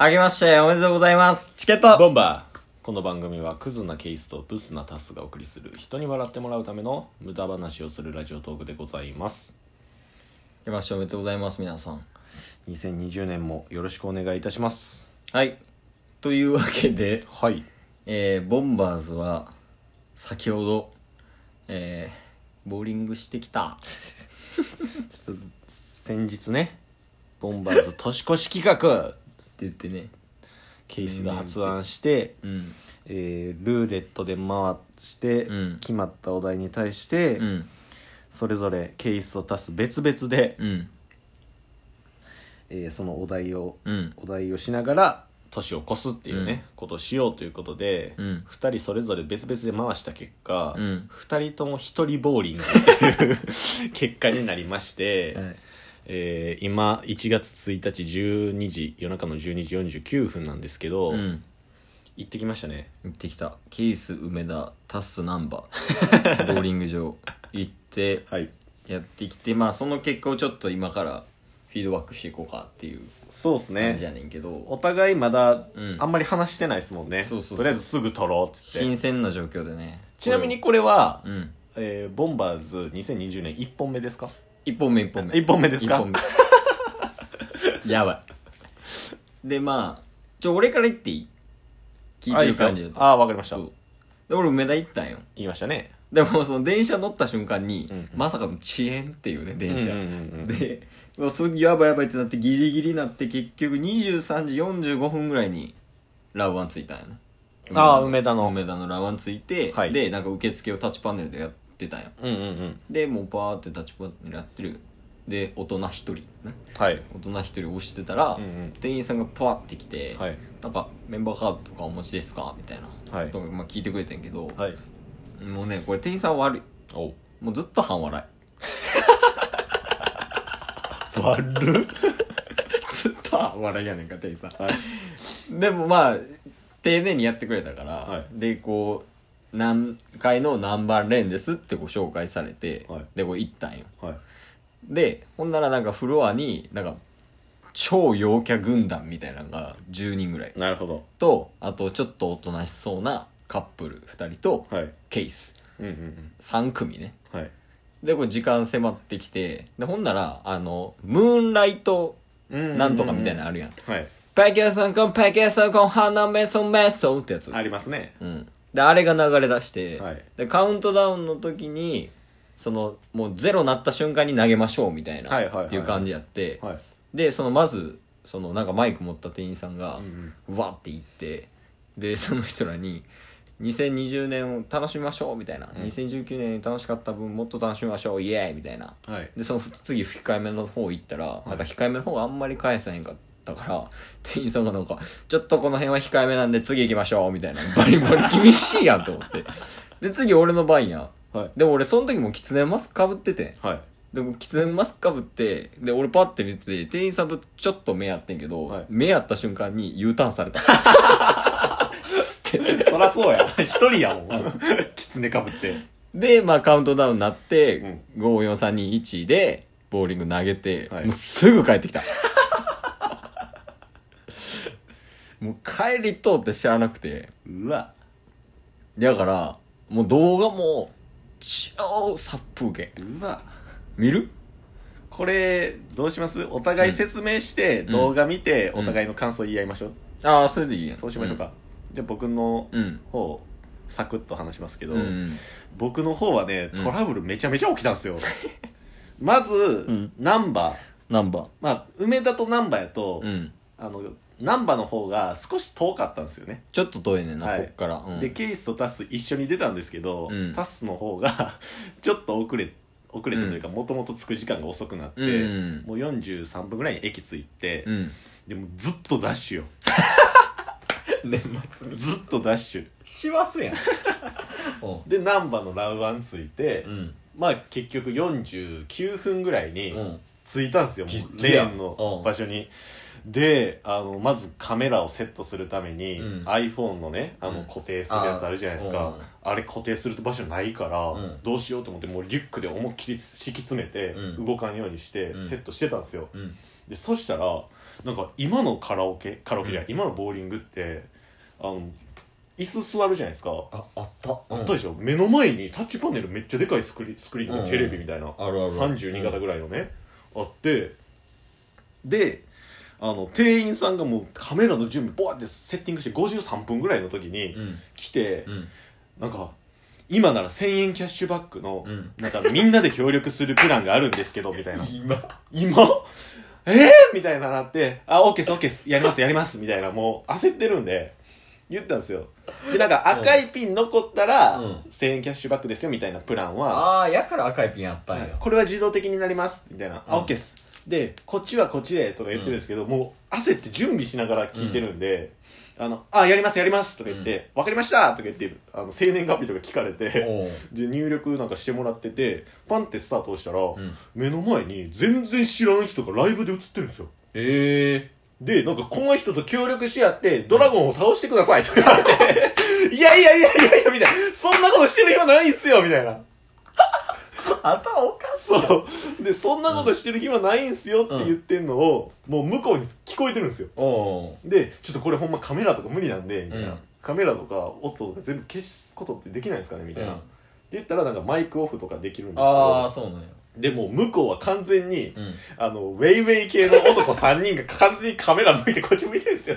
あげましておめでとうございます。チケットボンバー。この番組はクズなケイスとブスなタスがお送りする人に笑ってもらうための無駄話をするラジオトークでございます。 あげましておめでとうございます、皆さん。 2020年もよろしくお願いいたします。 はい。というわけで、 はい。 ボンバーズは、先ほど、ボーリングしてきた。 ちょっと先日ね、ボンバーズ年越し企画って言ってね。 ケイスが発案して、ルーレットで回して、決まったお題に対して、それぞれケイスとタス別々で、そのお題をしながら年を越すっていうね、ことをしようということで、2人それぞれ別々で回した結果、2人とも1人ボーリングっていう結果になりまして、今1月1日夜中の12時49分なんですけど、行ってきましたね。 行ってきた。ケイス梅田タスナンバーボーリング場行って、やってきて、まあその結果をちょっと今からフィードバックしていこうかっていうそうですね感じやねんけど、 お互いまだあんまり話してないですもんね。 そうとりあえずすぐ撮ろうって言って。 新鮮な状況でね。 ちなみにこれは、ボンバーズ2020年1本目ですか ？1本目 1本目ですか？ 1本目やばい。でまあ俺から言っていい？聞いてる感じだと。 あ、わかりました。 そうで俺梅田行ったんよ。 言いましたね。 でもその電車乗った瞬間に、まさかの遅延っていうね、電車、でそれやばいやばいってなってギリギリになって、結局23時45分ぐらいにラウワン着いたんやね。 梅田のラウワン着いて、でなんか受付をタッチパネルでやってたんや。でもうバーってタッチパネルやってる。で大人一人ね、大人一人押してたら、店員さんがパワって来て、なんかメンバーカードとかお持ちですかみたいな、とかまあ聞いてくれてんけど、もうねこれ店員さん悪い。もうずっと半笑い悪っずっと半笑いやねんか店員さん、でもまあ丁寧にやってくれたから、でこう何回の何番レーンですってこう紹介されて、でこう行ったんよ、でほんならなんかフロアになんか超陽キャ軍団みたいなのが10人ぐらい、 なるほど、 とあとちょっとおとなしそうなカップル2人と、ケース、3組ね、でこれ時間迫ってきて、でほんならムーンライトなんとかみたいなのあるやん、パケソンコンパケソンコン花メソメソってやつありますね。 であれが流れ出して、でカウントダウンの時にそのもうゼロなった瞬間に投げましょうみたいなっていう感じやって、でそのまずそのなんかマイク持った店員さんがわって言って、でその人らに2020年を楽しみましょうみたいな、2019年楽しかった分もっと楽しみましょうイエーイみたいな、でその次控えめの方行ったら、なんか控えめの方があんまり返さへんかったから、店員さんがなんかちょっとこの辺は控えめなんで次行きましょうみたいな、バリバリ厳しいやんと思って、で次俺の番や、でも俺その時もキツネマスクかぶってて、でもキツネマスクかぶって、で俺パッて見てて店員さんとちょっと目合ってんけど、目合った瞬間に U ターンされたそらそうや一人やもんキツネかぶって。 でまあカウントダウンになって、54321でボーリング投げて、もうすぐ帰ってきたもう帰り通って知らなくて、だからもう動画も超殺風景。見る？ これどうします？お互い説明して動画見てお互いの感想言い合いましょう。 ああそれでいいやん。 そうしましょうか。じゃあ僕の方サクッと話しますけど、僕の方はねトラブルめちゃめちゃ起きたんですよ。まずナンバー、まあ梅田とナンバーやと、ナンバーの方が少し遠かったんですよね。 ちょっと遠いねんな、こっから、でケイスとタス一緒に出たんですけど、タスの方がちょっと遅れたというか、もともと着く時間が遅くなって、もう43分ぐらいに駅着いて、でもずっとダッシュよ年末にずっとダッシュしますやんでナンバーのラウワン着いて、まあ結局49分ぐらいに着いたんですよ、もうレーンの場所に。でまずカメラをセットするために、iPhone のね固定するやつあるじゃないですか、あれ固定する場所ないから、どうしようと思ってもうリュックで思いっきり敷き詰めて、動かんようにしてセットしてたんですよ、でそしたらなんか今のカラオケじゃない、今のボーリングって椅子座るじゃないですか。 あったでしょ、目の前にタッチパネルめっちゃでかいスクリーンのテレビみたいな、32型ぐらいのね、あって、で店員さんがもうカメラの準備ボワってセッティングして53分ぐらいの時に来て、なんか今なら1000円キャッシュバックの、なんかみんなで協力するプランがあるんですけどみたいな今みたいななって、OK です OK ですやりますみたいな、もう焦ってるんで言ったんですよ。でなんか赤いピン残ったら1000円キャッシュバックですよみたいなプランは、 やから赤いピンあったんや、 これは自動的になりますみたいな、OK ですでこっちはこっちでとか言ってるんですけど、もう焦って準備しながら聞いてるんで、やりますとか言って、わかりましたとか言って生年月日とか聞かれて、で入力なんかしてもらってて、パンってスタートをしたら、目の前に全然知らん人がライブで映ってるんですよ。でなんかこの人と協力し合ってドラゴンを倒してくださいとか言われていやみたいな、そんなことしてる暇ないんすよみたいな頭おかしい。 そうでそんなことしてる暇ないんすよって言ってんのを、もう向こうに聞こえてるんですよ。でちょっとこれほんまカメラとか無理なんでみたいな、カメラとか音とか全部消すことってできないですかねみたいな、って言ったらなんかマイクオフとかできるんですけど、 そうなんや。 でも向こうは完全に、ウェイウェイ系の男3人が完全にカメラ向いてこっち向いてるんですよ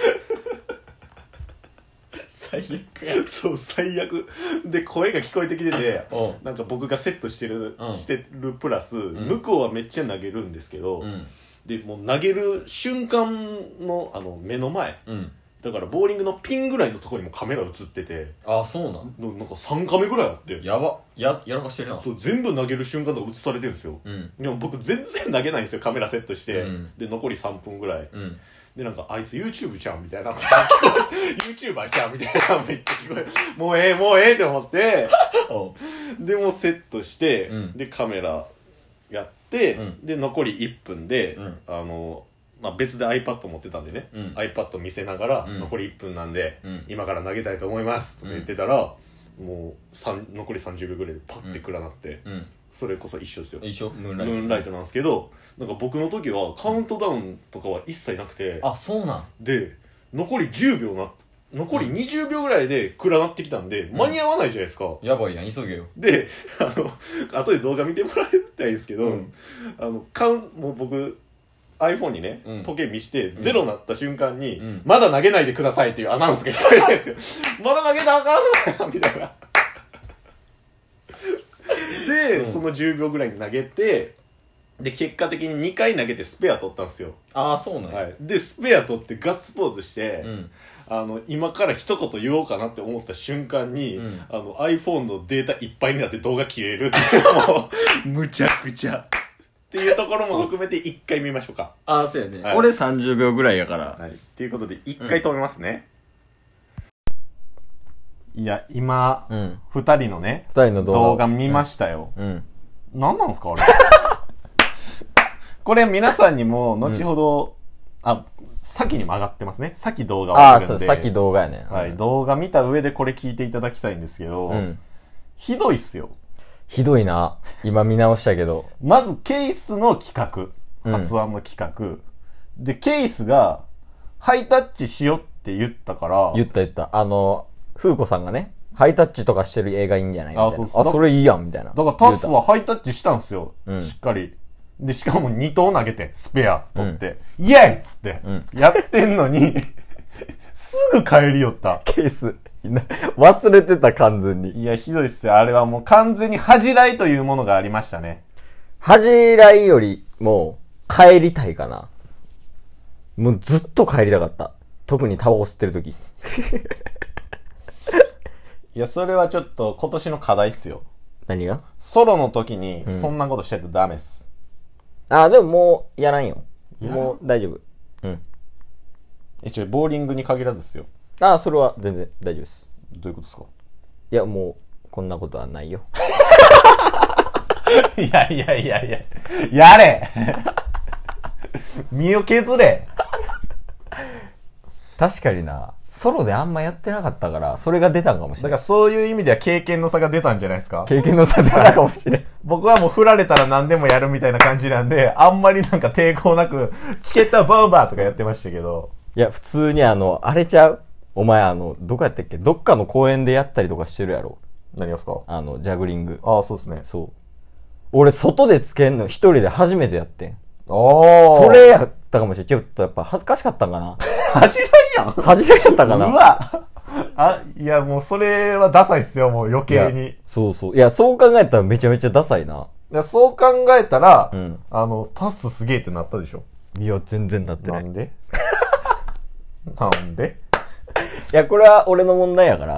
最悪や。 そう最悪で声が聞こえてきててなんか僕がセットしてるプラス、向こうはめっちゃ投げるんですけど、でもう投げる瞬間の目の前、だからボーリングのピンぐらいのところにもカメラ映ってて、 そうなんなんか3カメぐらいあって、 やらかしてるな。 そう全部投げる瞬間とか映されてるんですよ、でも僕全然投げないんですよ、カメラセットして、で残り3分ぐらい、でなんかあいつ YouTube ちゃんみたいなYouTuber ちゃんみたいなめっちゃ聞こえる、もうええって思ってでもセットして、でカメラやって、で残り1分で、別で iPad 持ってたんでね、iPad 見せながら、残り1分なんで、今から投げたいと思いますとか言ってたら、もう残り30秒ぐらいでパッて暗なって、それこそ一緒ですよ。ムーンライトなんですけど、なんか僕の時はカウントダウンとかは一切なくて、 そうなんで残り20秒ぐらいで暗なってきたんで、間に合わないじゃないですか。 やばいやん、急げよ。 で後で動画見てもらいたいんですけど、もう僕iPhone にね、時計見してゼロになった瞬間に、まだ投げないでくださいっていうアナウンスが聞こえたんですよまだ投げたらあかんのみたいなで、その10秒ぐらいに投げて、で結果的に2回投げてスペア取ったんですよ。 そうなんや、 でスペア取ってガッツポーズして、今から一言言おうかなって思った瞬間に、iPhone のデータいっぱいになって動画切れるっていうもうむちゃくちゃっていうところも含めて1回見ましょうか。 そうやね、俺30秒ぐらいやから、 っていうことで1回止めますね、いや今、2人のね動画見ましたよ、何なんすかあれこれ皆さんにも後ほど、先にも上がってますね。先動画を上げるんで、 先動画やね、 動画見た上でこれ聞いていただきたいんですけど、ひどいっすよ。 ひどいな。今見直したけど。 まずケースの企画、発案の企画、でケースがハイタッチしよって言ったから、 言った。風子さんがね、ハイタッチとかしてる映画いいんじゃないみたいな。それいいやんみたいな。 だからタッスはハイタッチしたんすよ、しっかり。でしかも2投投げてスペア取って、イエーイっつって、やってんのにすぐ帰りよった。 ケース忘れてた、完全に。 いやひどいっすよ。あれはもう完全に恥じらいというものがありましたね。 恥じらいよりも帰りたいかな。もうずっと帰りたかった。特にタバコ吸ってる時いやそれはちょっと今年の課題っすよ。 何が？ ソロの時にそんなことしてるとダメっす。 でももうやらんよ。もう大丈夫。 一応ボーリングに限らずっすよ。 それは全然大丈夫です。 どういうことですか？ いやもうこんなことはないよいややれ身を削れ確かにな、 ソロであんまやってなかったから、それが出たんかもしれない。 だからそういう意味では経験の差が出たんじゃないですか。 経験の差出たかもしれん。 僕はもう振られたら何でもやるみたいな感じなんで、あんまりなんか抵抗なく、チケットボンバーとかやってましたけど。 いや、普通にあれちゃう？お前どこやったっけ？どっかの公園でやったりとかしてるやろ。 何ですか？ ジャグリング。 ああ、そうですね。 そう。俺、外でつけんの一人で初めてやってん。 それやったかもしれん。ちょっとやっぱ恥ずかしかったんかな。 恥じらんやん。 恥じらんかったかな。 うわいや、もうそれはダサいっすよ、もう余計に。 そうそう。いや、そう考えたらめちゃめちゃダサいな。 いや、そう考えたら、タッスすげえってなったでしょ。 いや、全然なってない。 なんでなんでいや、これは俺の問題やから。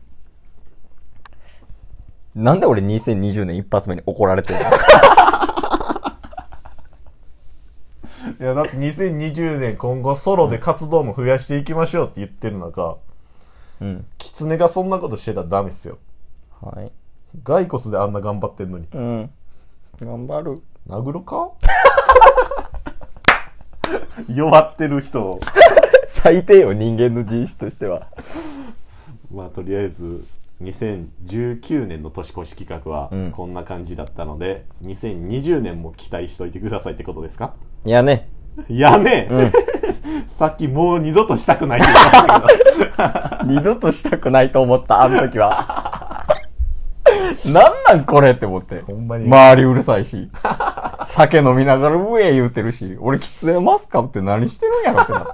なんで俺2020年一発目に怒られてるの？ いや、だって2020年今後ソロで活動も増やしていきましょうって言ってる中、キツネがそんなことしてたらダメっすよ。 はい。 骸骨であんな頑張ってんのに。 頑張る。 殴るか弱ってる人を。 最低よ、人間の人種としては。 まあ、とりあえず、2019年の年越し企画はこんな感じだったので、2020年も期待しといてくださいってことですか？ やね。 やね、さっきもう二度としたくないって言ってましたけど。 二度としたくないと思った、あの時は。なんこれって思って。 ほんまに。 周りうるさいし。酒飲みながら上言うてるし、俺キツネマスカって何してるんやろってなった。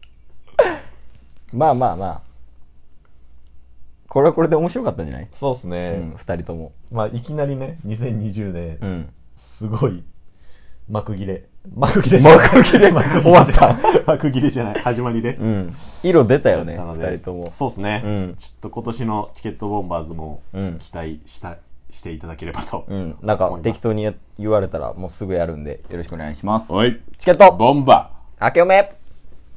まあ。これはこれで面白かったんじゃない？ そうっすね。 二人とも。 まあ、いきなりね、2020年、すごい、幕切れ終わった。幕切れじゃない。始まりで。 色出たよね、二人とも。 そうっすね。ちょっと今年のチケットボンバーズも期待していただければと。 なんか適当に言われたらもうすぐやるんでよろしくお願いします。 はい。 チケットボンバー明けおめ